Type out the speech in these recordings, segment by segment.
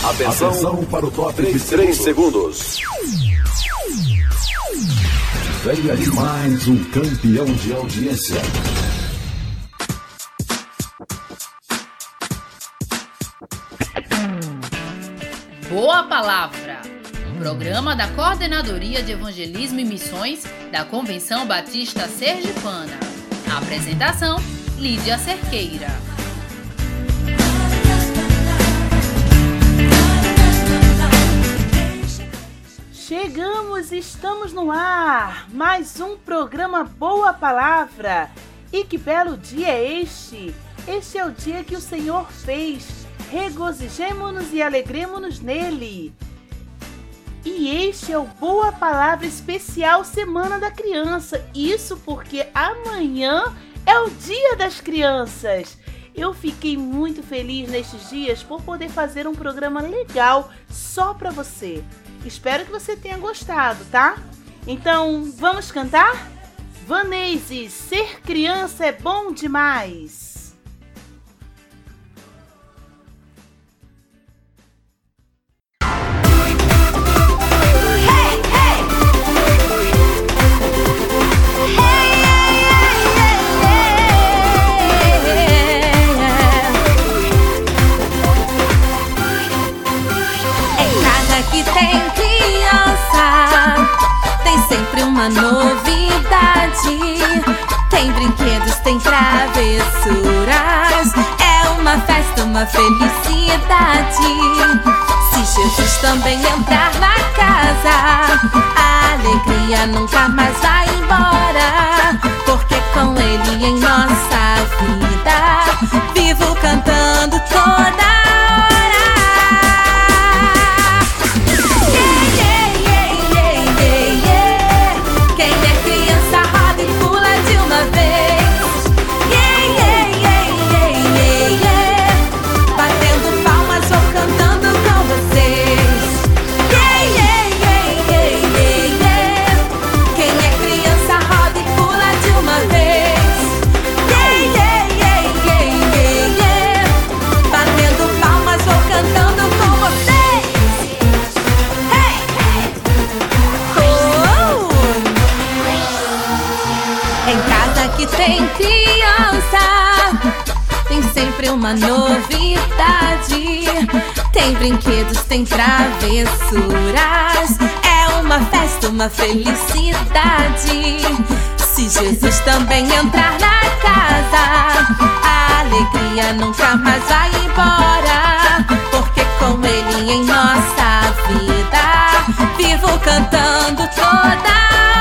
Atenção para o top de 3 segundos. Venha de mais um campeão de audiência. Boa Palavra, programa da Coordenadoria de Evangelismo e Missões da Convenção Batista Sergipana. Apresentação, Lídia Cerqueira. Chegamos, estamos no ar, mais um programa Boa Palavra. E que belo dia é este! Este é o dia que o Senhor fez. Regozijemo-nos e alegremo-nos nele. E este é o Boa Palavra especial Semana da Criança. Isso porque amanhã é o Dia das Crianças. Eu fiquei muito feliz nestes dias por poder fazer um programa legal só para você. Espero que você tenha gostado, tá? Então, vamos cantar? Vanese, ser criança é bom demais! Uma novidade, tem brinquedos, tem travessuras, é uma festa, uma felicidade. Se Jesus também entrar na casa, a alegria nunca mais vai embora, porque com Ele em nossa vida, vivo cantando toda tem criança, tem sempre uma novidade, tem brinquedos, tem travessuras, é uma festa, uma felicidade. Se Jesus também entrar na casa, a alegria nunca mais vai embora, porque com Ele em nossa vida, vivo cantando toda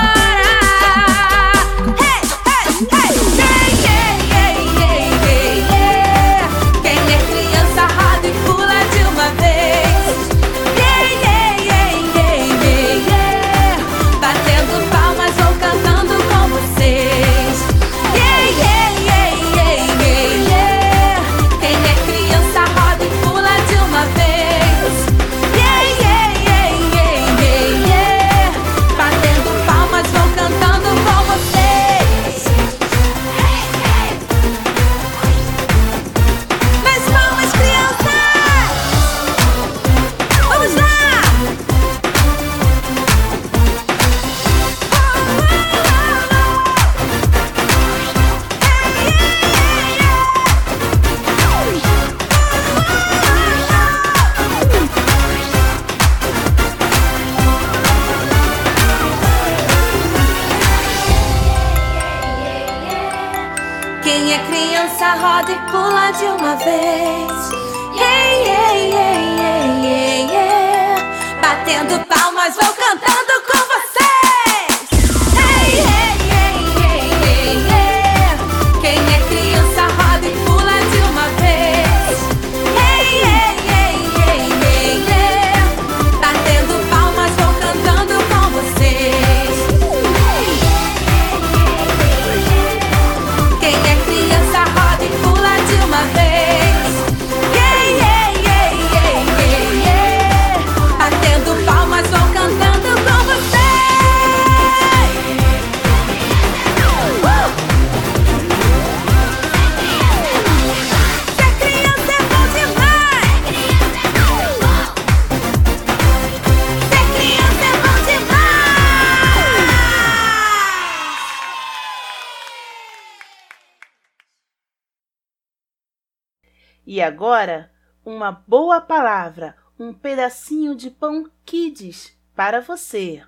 roda e pula de uma vez. Yeah, yeah, yeah, yeah, yeah, yeah. Batendo palmas, vou cantando com vocês. Hey, hey, hey, hey, hey, yeah. Quem é criança roda e pula de uma vez. Hey, hey, hey, hey, hey, yeah. Batendo palmas, vou cantando com vocês. Quem é criança roda e pula de uma vez. E agora, uma boa palavra, um pedacinho de pão Kids para você.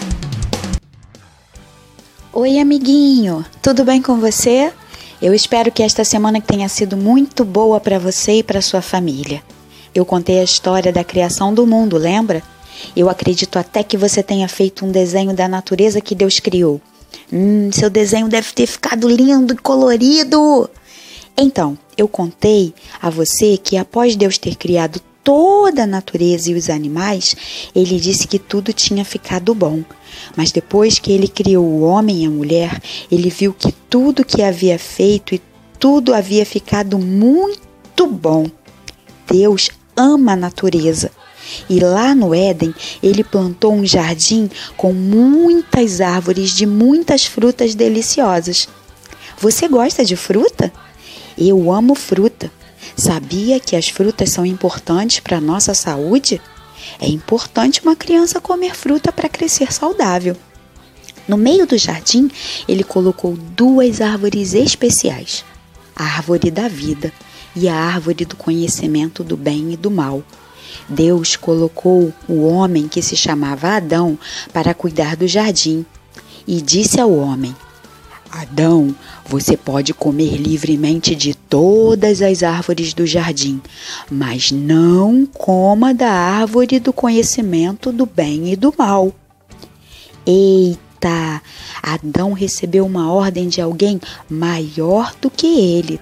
Oi, amiguinho, tudo bem com você? Eu espero que esta semana tenha sido muito boa para você e para sua família. Eu contei a história da criação do mundo, lembra? Eu acredito até que você tenha feito um desenho da natureza que Deus criou. Seu desenho deve ter ficado lindo e colorido. Então, eu contei a você que após Deus ter criado toda a natureza e os animais, Ele disse que tudo tinha ficado bom. Mas depois que Ele criou o homem e a mulher, Ele viu que tudo que havia feito e tudo havia ficado muito bom. Deus ama a natureza. E lá no Éden, Ele plantou um jardim com muitas árvores de muitas frutas deliciosas. Você gosta de fruta? Eu amo fruta. Sabia que as frutas são importantes para a nossa saúde? É importante uma criança comer fruta para crescer saudável. No meio do jardim, Ele colocou 2 árvores especiais: a árvore da vida e a árvore do conhecimento do bem e do mal. Deus colocou o homem que se chamava Adão para cuidar do jardim e disse ao homem: Adão, você pode comer livremente de todas as árvores do jardim, mas não coma da árvore do conhecimento do bem e do mal. Eita! Adão recebeu uma ordem de alguém maior do que ele.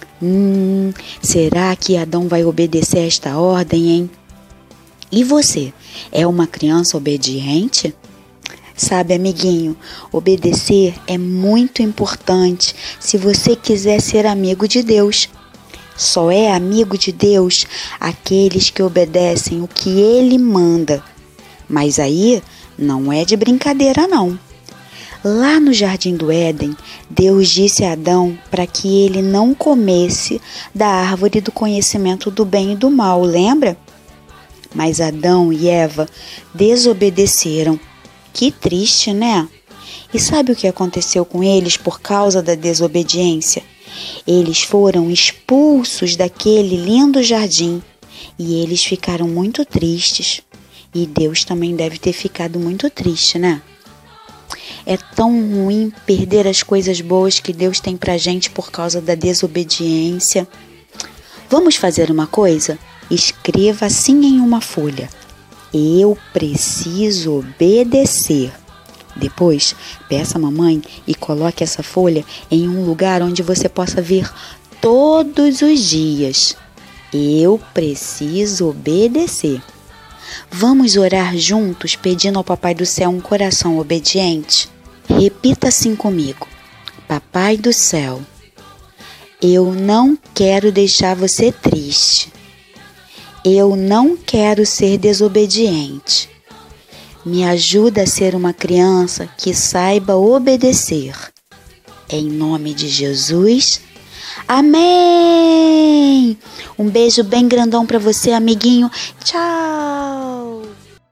Será que Adão vai obedecer a esta ordem, hein? E você, é uma criança obediente? Sabe, amiguinho, obedecer é muito importante se você quiser ser amigo de Deus. Só é amigo de Deus aqueles que obedecem o que Ele manda. Mas aí não é de brincadeira, não. Lá no Jardim do Éden, Deus disse a Adão para que ele não comesse da árvore do conhecimento do bem e do mal, lembra? Mas Adão e Eva desobedeceram. Que triste, né? E sabe o que aconteceu com eles por causa da desobediência? Eles foram expulsos daquele lindo jardim e eles ficaram muito tristes. E Deus também deve ter ficado muito triste, né? É tão ruim perder as coisas boas que Deus tem pra gente por causa da desobediência. Vamos fazer uma coisa? Escreva assim em uma folha: eu preciso obedecer. Depois, peça a mamãe e coloque essa folha em um lugar onde você possa ver todos os dias. Eu preciso obedecer. Vamos orar juntos pedindo ao Papai do Céu um coração obediente? Repita assim comigo: Papai do Céu, eu não quero deixar você triste. Eu não quero ser desobediente. Me ajuda a ser uma criança que saiba obedecer. Em nome de Jesus, amém! Um beijo bem grandão para você, amiguinho. Tchau!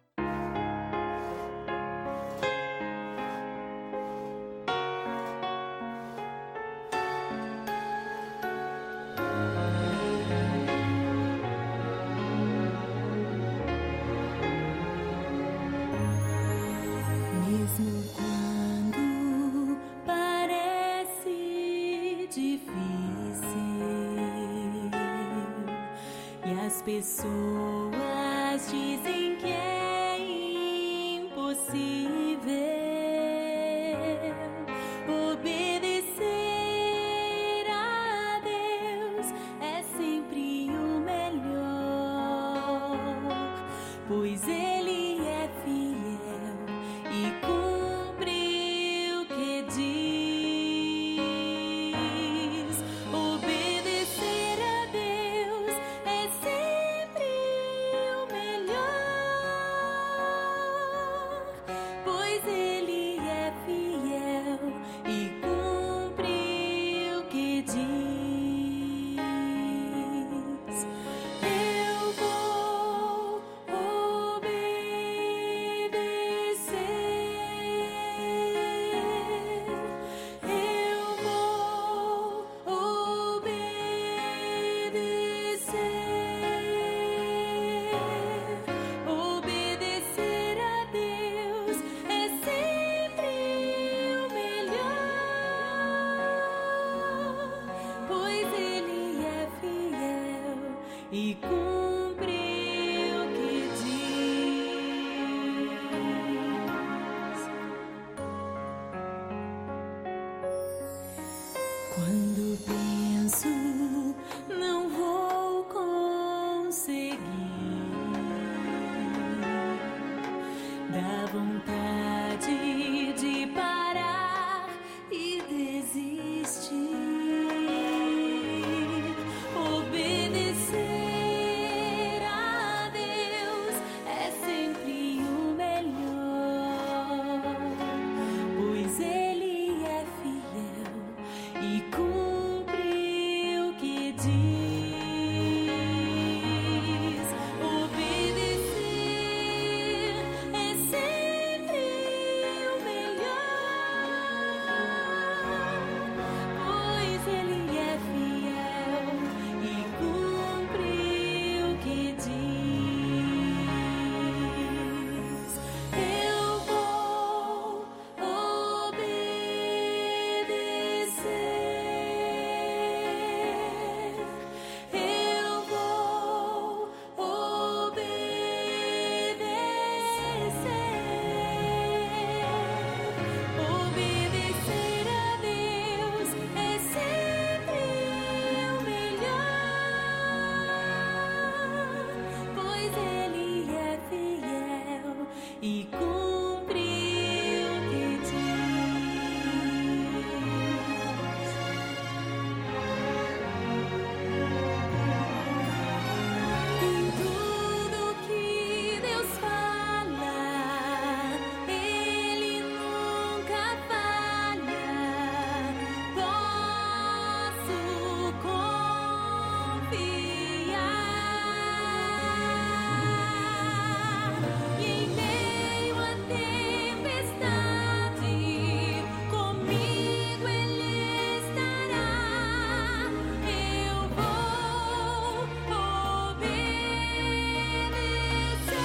Mesmo quando parece difícil e as pessoas dizem que é impossível, obedecer a Deus é sempre o melhor, pois Ele é fiel e cumpre o que diz. Obedecer a Deus é sempre o melhor, pois Ele é fiel e cumpre o que diz. Eu vou obedecer. vontade de parar e desistir. Obedecer a Deus é sempre o melhor, pois Ele é fiel e cumpre o que diz. E cumpre o que diz. Em tudo que Deus fala, Ele nunca falha. Posso confiar. E em meio à tempestade, comigo Ele estará. Eu vou obedecer.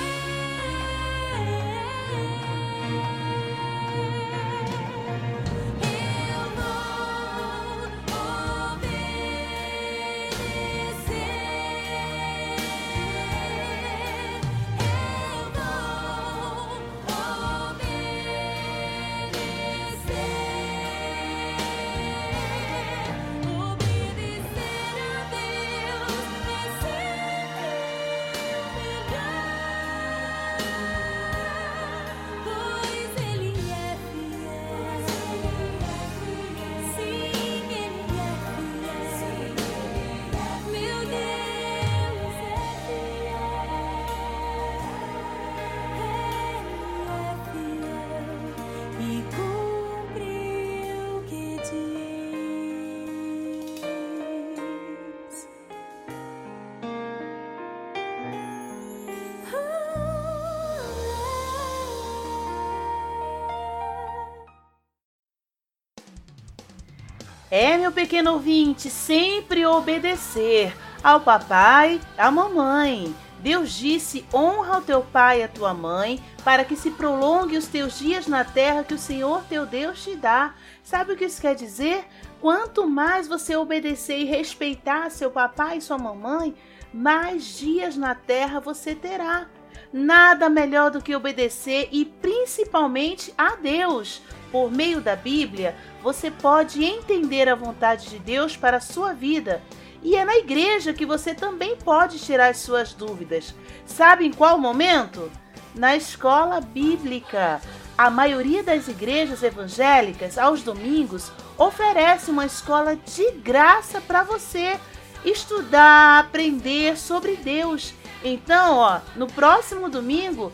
É, meu pequeno ouvinte, sempre obedecer ao papai, à mamãe. Deus disse: honra o teu pai e a tua mãe, para que se prolongue os teus dias na terra que o Senhor teu Deus te dá. Sabe o que isso quer dizer? Quanto mais você obedecer e respeitar seu papai e sua mamãe, mais dias na terra você terá. Nada melhor do que obedecer e principalmente a Deus. Por meio da Bíblia, você pode entender a vontade de Deus para a sua vida. E é na igreja que você também pode tirar as suas dúvidas. Sabe em qual momento? Na escola bíblica. A maioria das igrejas evangélicas, aos domingos, oferece uma escola de graça para você estudar, aprender sobre Deus. Então, no próximo domingo,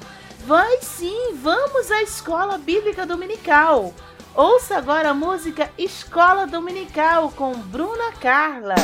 vamos à escola bíblica dominical. Ouça agora a música Escola Dominical com Bruna Carla.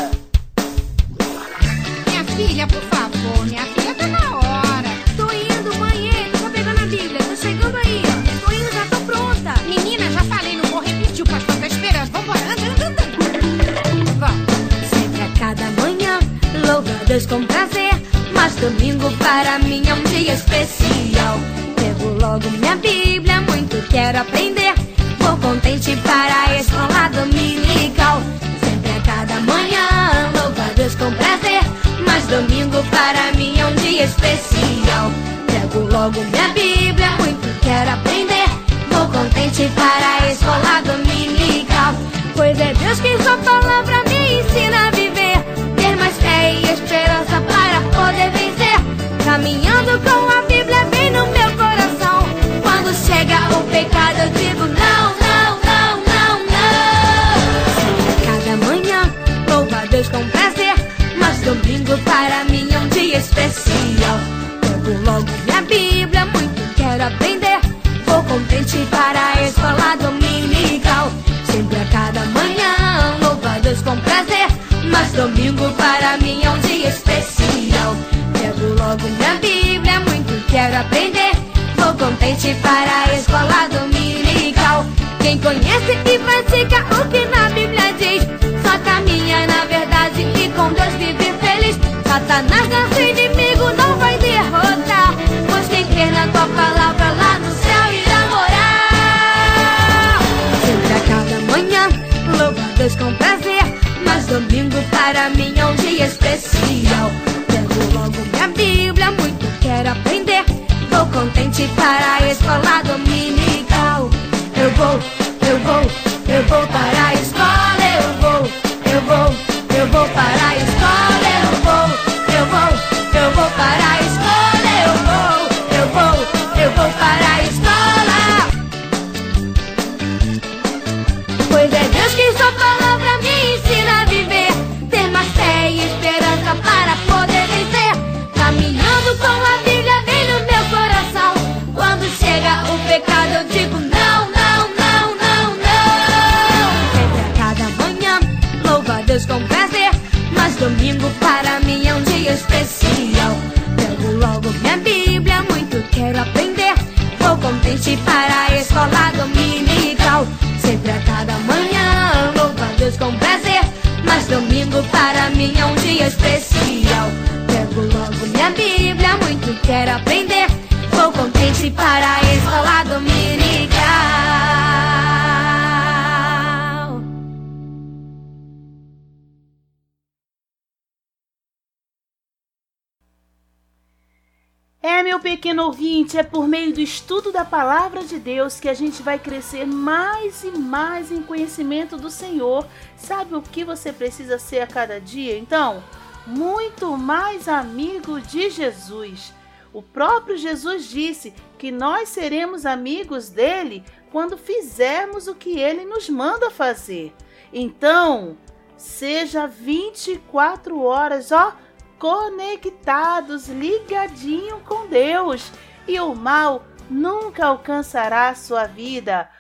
Minha filha, por favor, minha filha, tá na hora. Tô indo, mãe, tô pegando a Bíblia, tô chegando aí, ó. Tô indo, já tô pronta. Menina, já falei, não vou repetir, o pastor tá esperando. Vambora, anda. Vamos. Sempre a cada manhã, louvo a Deus com prazer, mas domingo para mim é um dia especial. Pego logo minha Bíblia, muito quero aprender, vou contente para a escola dominical. Sempre a cada manhã, louvo a Deus com prazer, mas domingo para mim é um dia especial. Pego logo minha Bíblia, muito quero aprender, vou contente para a escola dominical. Pois é Deus que sua palavra me ensina a viver, ter mais fé e esperança para poder vencer. Caminhando com a Bíblia bem no meu coração, quando chega o pecado eu digo não, não, não, não, não. Cada manhã louvo a Deus com prazer, mas domingo para mim é um dia especial. Pego logo minha Bíblia, muito quero aprender. Vou contente para a escola dominical. Sempre a cada manhã louvo a Deus com prazer, mas domingo para mim é um dia especial. Pego logo minha Bíblia, muito quero aprender. Vou contente para a escola dominical. Quem conhece e pratica o que na Bíblia diz, só caminha na verdade e com Deus vive feliz. Satanás, nosso inimigo, não vai derrotar, pois quem crer na tua palavra lá no céu irá morar. Sempre a cada manhã louvo a Deus com prazer, mas domingo para mim é um dia especial. Pego logo minha Bíblia, muito quero aprender. Vou contente para a escola dominical. Eu vou para a escola. Eu vou para a escola. Eu vou para a escola. Eu vou para a escola. Pois é Deus que sua palavra me ensina a viver, ter mais fé e esperança para poder vencer. Caminhando com a Bíblia bem no meu coração, quando chega o pecado eu digo não, não, não, não, não. Sempre a cada manhã louvo a Deus com prazer, mas domingo para mim é um dia especial. Pego logo minha Bíblia, muito quero aprender. Vou contente para a escola dominical. Sempre a cada manhã louvo a Deus com prazer, mas domingo para mim é um dia especial. Pego logo minha Bíblia, muito quero aprender. Vou contente para a escola dominical. Meu pequeno ouvinte, é por meio do estudo da Palavra de Deus que a gente vai crescer mais e mais em conhecimento do Senhor. Sabe o que você precisa ser a cada dia? Então, muito mais amigo de Jesus. O próprio Jesus disse que nós seremos amigos dele quando fizermos o que ele nos manda fazer. Então, seja 24 horas, conectados, ligadinho com Deus, e o mal nunca alcançará a sua vida.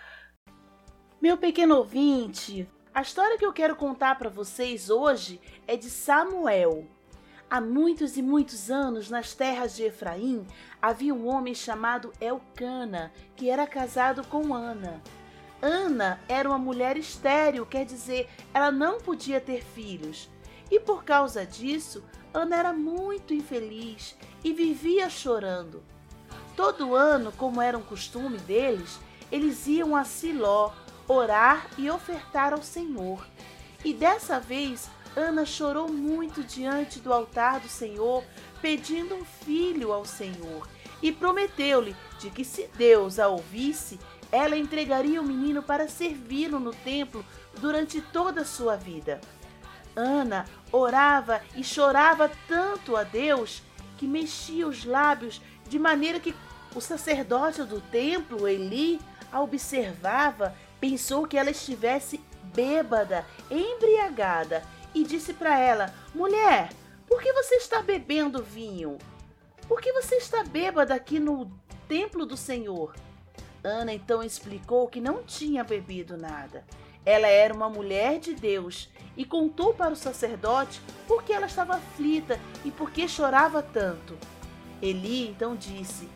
Meu pequeno ouvinte, a história que eu quero contar para vocês hoje é de Samuel. Há muitos e muitos anos, nas terras de Efraim, havia um homem chamado Elcana, que era casado com Ana. Ana era uma mulher estéril, quer dizer, ela não podia ter filhos. E por causa disso, Ana era muito infeliz e vivia chorando. Todo ano, como era um costume deles, eles iam a Siló orar e ofertar ao Senhor. E dessa vez, Ana chorou muito diante do altar do Senhor, pedindo um filho ao Senhor, e prometeu-lhe de que, se Deus a ouvisse, ela entregaria o menino para servi-lo no templo durante toda a sua vida. Ana orava e chorava tanto a Deus que mexia os lábios de maneira que o sacerdote do templo, Eli, a observava, pensou que ela estivesse bêbada, embriagada, e disse para ela: mulher, por que você está bebendo vinho? Por que você está bêbada aqui no templo do Senhor? Ana então explicou que não tinha bebido nada. Ela era uma mulher de Deus e contou para o sacerdote por que ela estava aflita e por que chorava tanto. Eli então disse: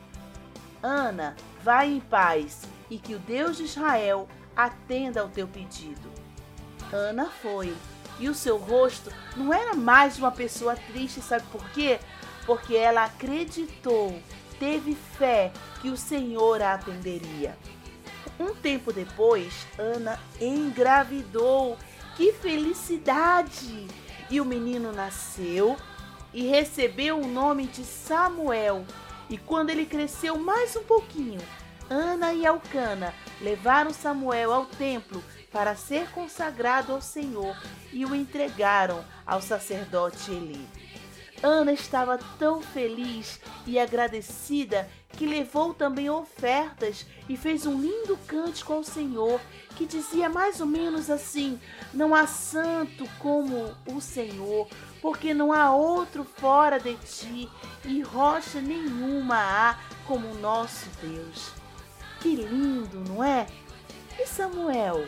Ana, vai em paz e que o Deus de Israel atenda ao teu pedido. Ana foi, e o seu rosto não era mais de uma pessoa triste, sabe por quê? Porque ela acreditou, teve fé que o Senhor a atenderia. Um tempo depois, Ana engravidou. Que felicidade! E o menino nasceu e recebeu o nome de Samuel. E quando ele cresceu mais um pouquinho, Ana e Elcana levaram Samuel ao templo para ser consagrado ao Senhor e o entregaram ao sacerdote Eli. Ana estava tão feliz e agradecida que levou também ofertas e fez um lindo cântico ao Senhor, que dizia mais ou menos assim: não há santo como o Senhor, porque não há outro fora de ti, e rocha nenhuma há como o nosso Deus. Que lindo, não é? E Samuel?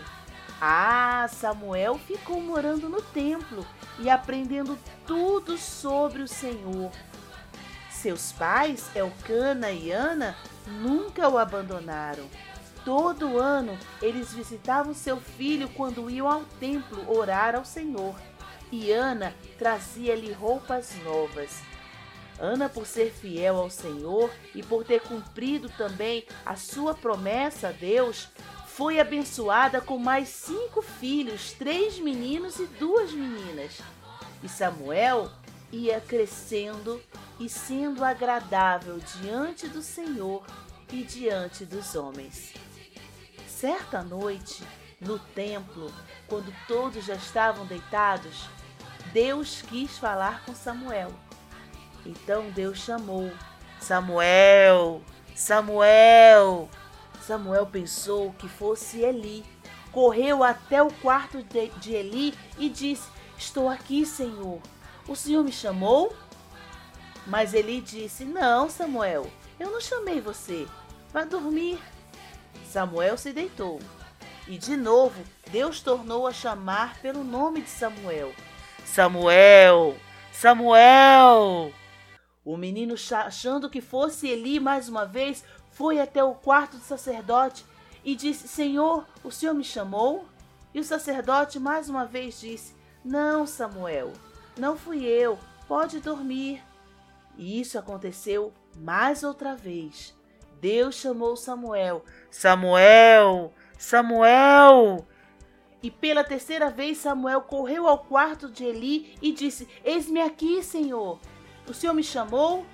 Samuel ficou morando no templo e aprendendo tudo sobre o Senhor. Seus pais, Elcana e Ana, nunca o abandonaram. Todo ano eles visitavam seu filho quando iam ao templo orar ao Senhor, e Ana trazia-lhe roupas novas. Ana, por ser fiel ao Senhor e por ter cumprido também a sua promessa a Deus, foi abençoada com mais 5 filhos, 3 meninos e 2 meninas. E Samuel ia crescendo e sendo agradável diante do Senhor e diante dos homens. Certa noite, no templo, quando todos já estavam deitados, Deus quis falar com Samuel. Então Deus chamou: Samuel, Samuel. Samuel pensou que fosse Eli. Correu até o quarto de Eli e disse: estou aqui, Senhor. O Senhor me chamou? Mas Eli disse: não, Samuel, eu não chamei você. Vá dormir. Samuel se deitou. E de novo, Deus tornou a chamar pelo nome de Samuel: Samuel, Samuel. O menino, achando que fosse Eli mais uma vez, foi até o quarto do sacerdote e disse: Senhor, o Senhor me chamou? E o sacerdote mais uma vez disse: não, Samuel, não fui eu, pode dormir. E isso aconteceu mais outra vez. Deus chamou Samuel: Samuel, Samuel. E pela terceira vez Samuel correu ao quarto de Eli e disse: eis-me aqui, Senhor, o Senhor me chamou?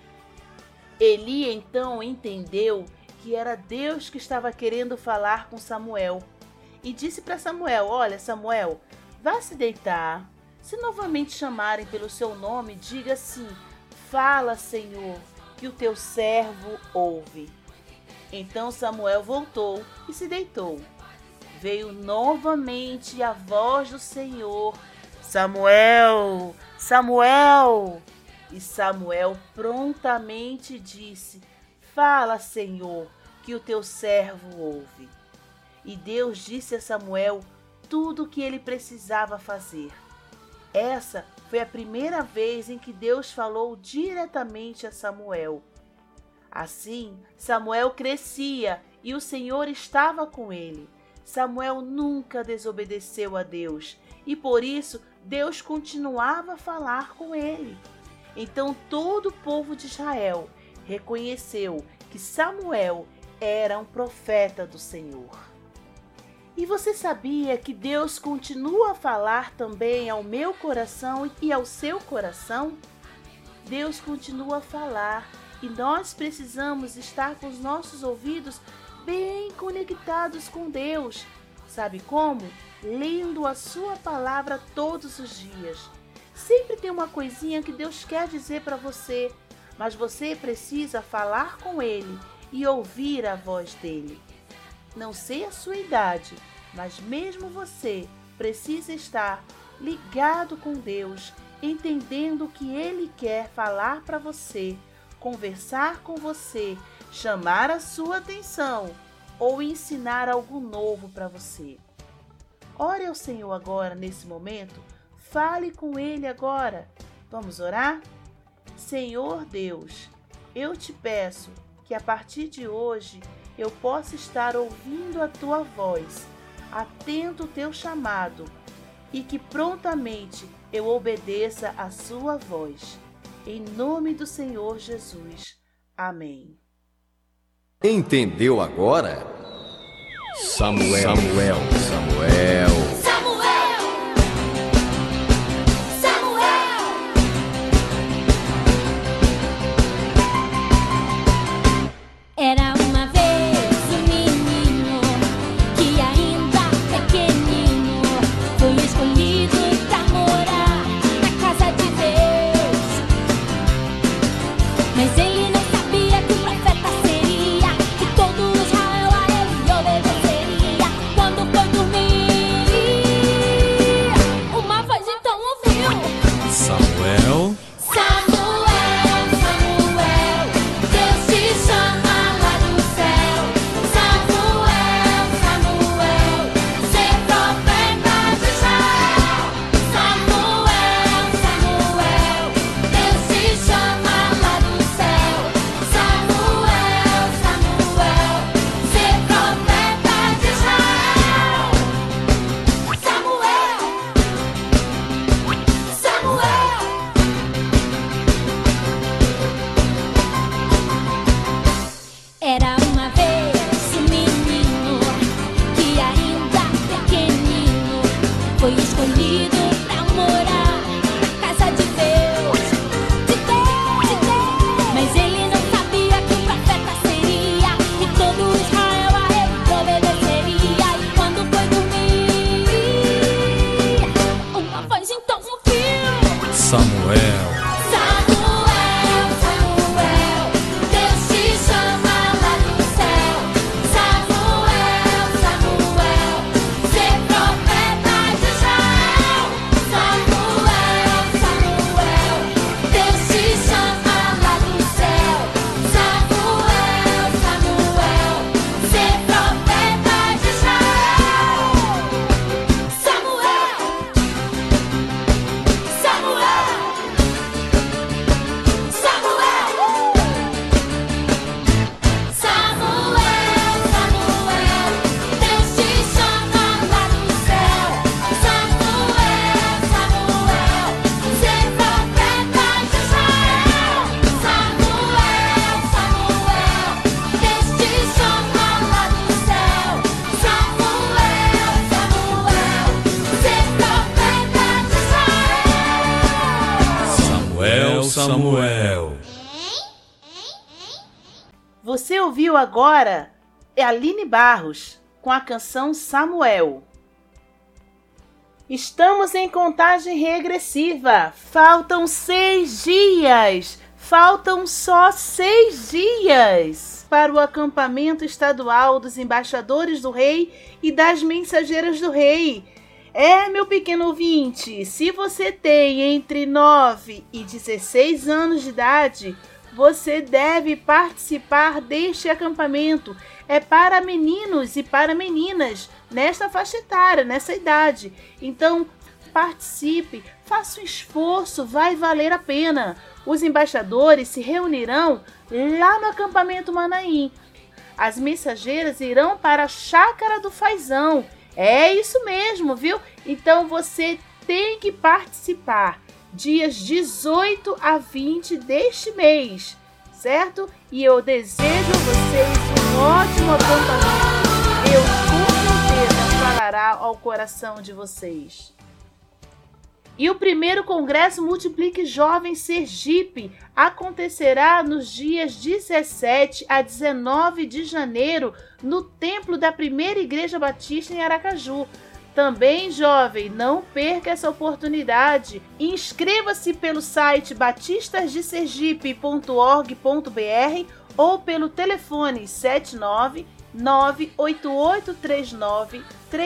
Eli então entendeu que era Deus que estava querendo falar com Samuel e disse para Samuel: olha, Samuel, vá se deitar. Se novamente chamarem pelo seu nome, diga assim: fala, Senhor, que o teu servo ouve. Então Samuel voltou e se deitou. Veio novamente a voz do Senhor: Samuel, Samuel. E Samuel prontamente disse: fala, Senhor, que o teu servo ouve. E Deus disse a Samuel tudo o que ele precisava fazer. Essa foi a primeira vez em que Deus falou diretamente a Samuel. Assim, Samuel crescia e o Senhor estava com ele. Samuel nunca desobedeceu a Deus e por isso Deus continuava a falar com ele. Então todo o povo de Israel reconheceu que Samuel era um profeta do Senhor. E você sabia que Deus continua a falar também ao meu coração e ao seu coração? Deus continua a falar e nós precisamos estar com os nossos ouvidos bem conectados com Deus. Sabe como? Lendo a sua palavra todos os dias. Sempre tem uma coisinha que Deus quer dizer para você, mas você precisa falar com Ele e ouvir a voz dele. Não sei a sua idade, mas mesmo você precisa estar ligado com Deus, entendendo o que Ele quer falar para você, conversar com você, chamar a sua atenção ou ensinar algo novo para você. Ore ao Senhor agora, nesse momento. Fale com Ele agora. Vamos orar? Senhor Deus, eu te peço que a partir de hoje eu possa estar ouvindo a Tua voz, atento ao Teu chamado e que prontamente eu obedeça a Sua voz. Em nome do Senhor Jesus. Amém. Entendeu agora? Samuel. Era uma vez um menino que ainda pequenino foi escolhido pra morar na casa de Deus. Mas ele não sabia que o profeta seria Samuel. Você ouviu agora Aline Barros com a canção Samuel. Estamos em contagem regressiva. Faltam 6 dias. Faltam só 6 dias para o acampamento estadual dos embaixadores do rei e das mensageiras do rei. Meu pequeno ouvinte, se você tem entre 9 e 16 anos de idade, você deve participar deste acampamento. É para meninos e para meninas nesta faixa etária, nessa idade. Então, participe, faça um esforço, vai valer a pena. Os embaixadores se reunirão lá no acampamento Manaim. As mensageiras irão para a Chácara do Fazão. É isso mesmo, viu? Então você tem que participar dias 18 a 20 deste mês, certo? E eu desejo a vocês um ótimo acampamento. Deus com certeza falará ao coração de vocês. E o primeiro Congresso Multiplique Jovem Sergipe acontecerá nos dias 17 a 19 de janeiro no Templo da Primeira Igreja Batista em Aracaju. Também, jovem, não perca essa oportunidade. Inscreva-se pelo site batistasdesergipe.org.br ou pelo telefone 79 98839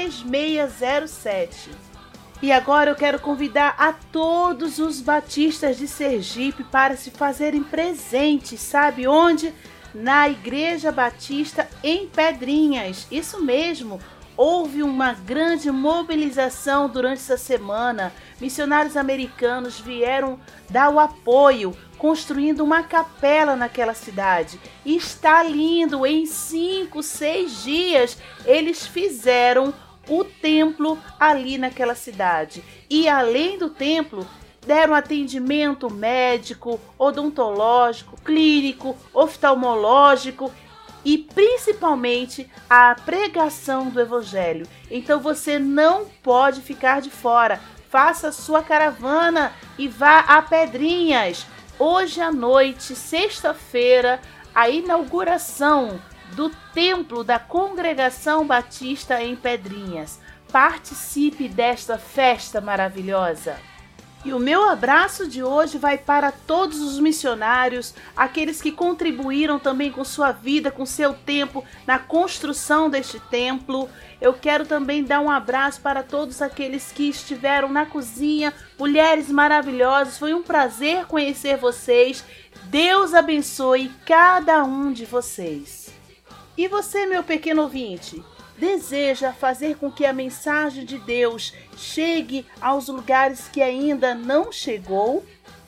3607. E agora eu quero convidar a todos os batistas de Sergipe para se fazerem presentes, sabe onde? Na Igreja Batista em Pedrinhas. Isso mesmo, houve uma grande mobilização durante essa semana. Missionários americanos vieram dar o apoio, construindo uma capela naquela cidade. E está lindo, em 5, 6 dias eles fizeram o templo ali naquela cidade. E além do templo, deram atendimento médico, odontológico, clínico, oftalmológico e principalmente a pregação do Evangelho. Então você não pode ficar de fora. Faça sua caravana e vá a Pedrinhas. Hoje à noite, sexta-feira, a inauguração do Templo da Congregação Batista em Pedrinhas. Participe desta festa maravilhosa. E o meu abraço de hoje vai para todos os missionários, aqueles que contribuíram também com sua vida, com seu tempo na construção deste templo. Eu quero também dar um abraço para todos aqueles que estiveram na cozinha, mulheres maravilhosas. Foi um prazer conhecer vocês. Deus abençoe cada um de vocês. E você, meu pequeno ouvinte, deseja fazer com que a mensagem de Deus chegue aos lugares que ainda não chegou?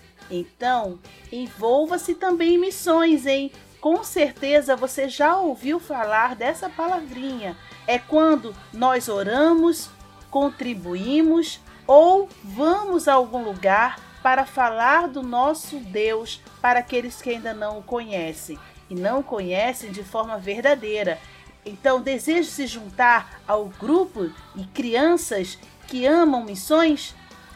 Então, envolva-se também em missões, hein? Com certeza você já ouviu falar dessa palavrinha. É quando nós oramos, contribuímos ou vamos a algum lugar para falar do nosso Deus para aqueles que ainda não o conhecem. E não conhecem de forma verdadeira. Então, deseja se juntar ao grupo e crianças que amam missões?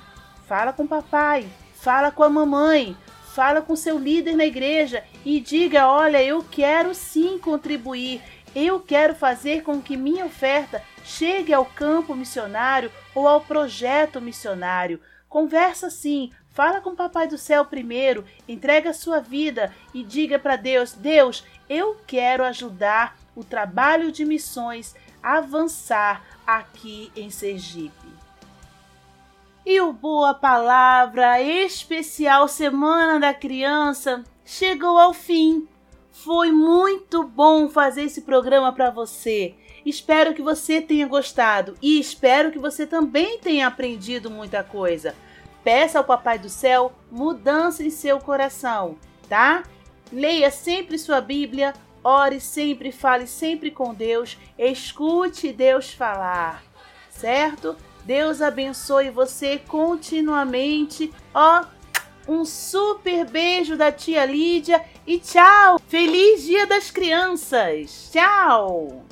Fala com o papai, fala com a mamãe, fala com seu líder na igreja e diga: olha, eu quero sim contribuir, eu quero fazer com que minha oferta chegue ao campo missionário ou ao projeto missionário. Conversa sim. Fala com o Papai do Céu primeiro, entrega a sua vida e diga para Deus: Deus, eu quero ajudar o trabalho de missões a avançar aqui em Sergipe. E o Boa Palavra especial Semana da Criança chegou ao fim. Foi muito bom fazer esse programa para você. Espero que você tenha gostado e espero que você também tenha aprendido muita coisa. Peça ao Papai do Céu mudança em seu coração, tá? Leia sempre sua Bíblia, ore sempre, fale sempre com Deus, escute Deus falar, certo? Deus abençoe você continuamente. Um super beijo da tia Lídia e tchau! Feliz Dia das Crianças! Tchau!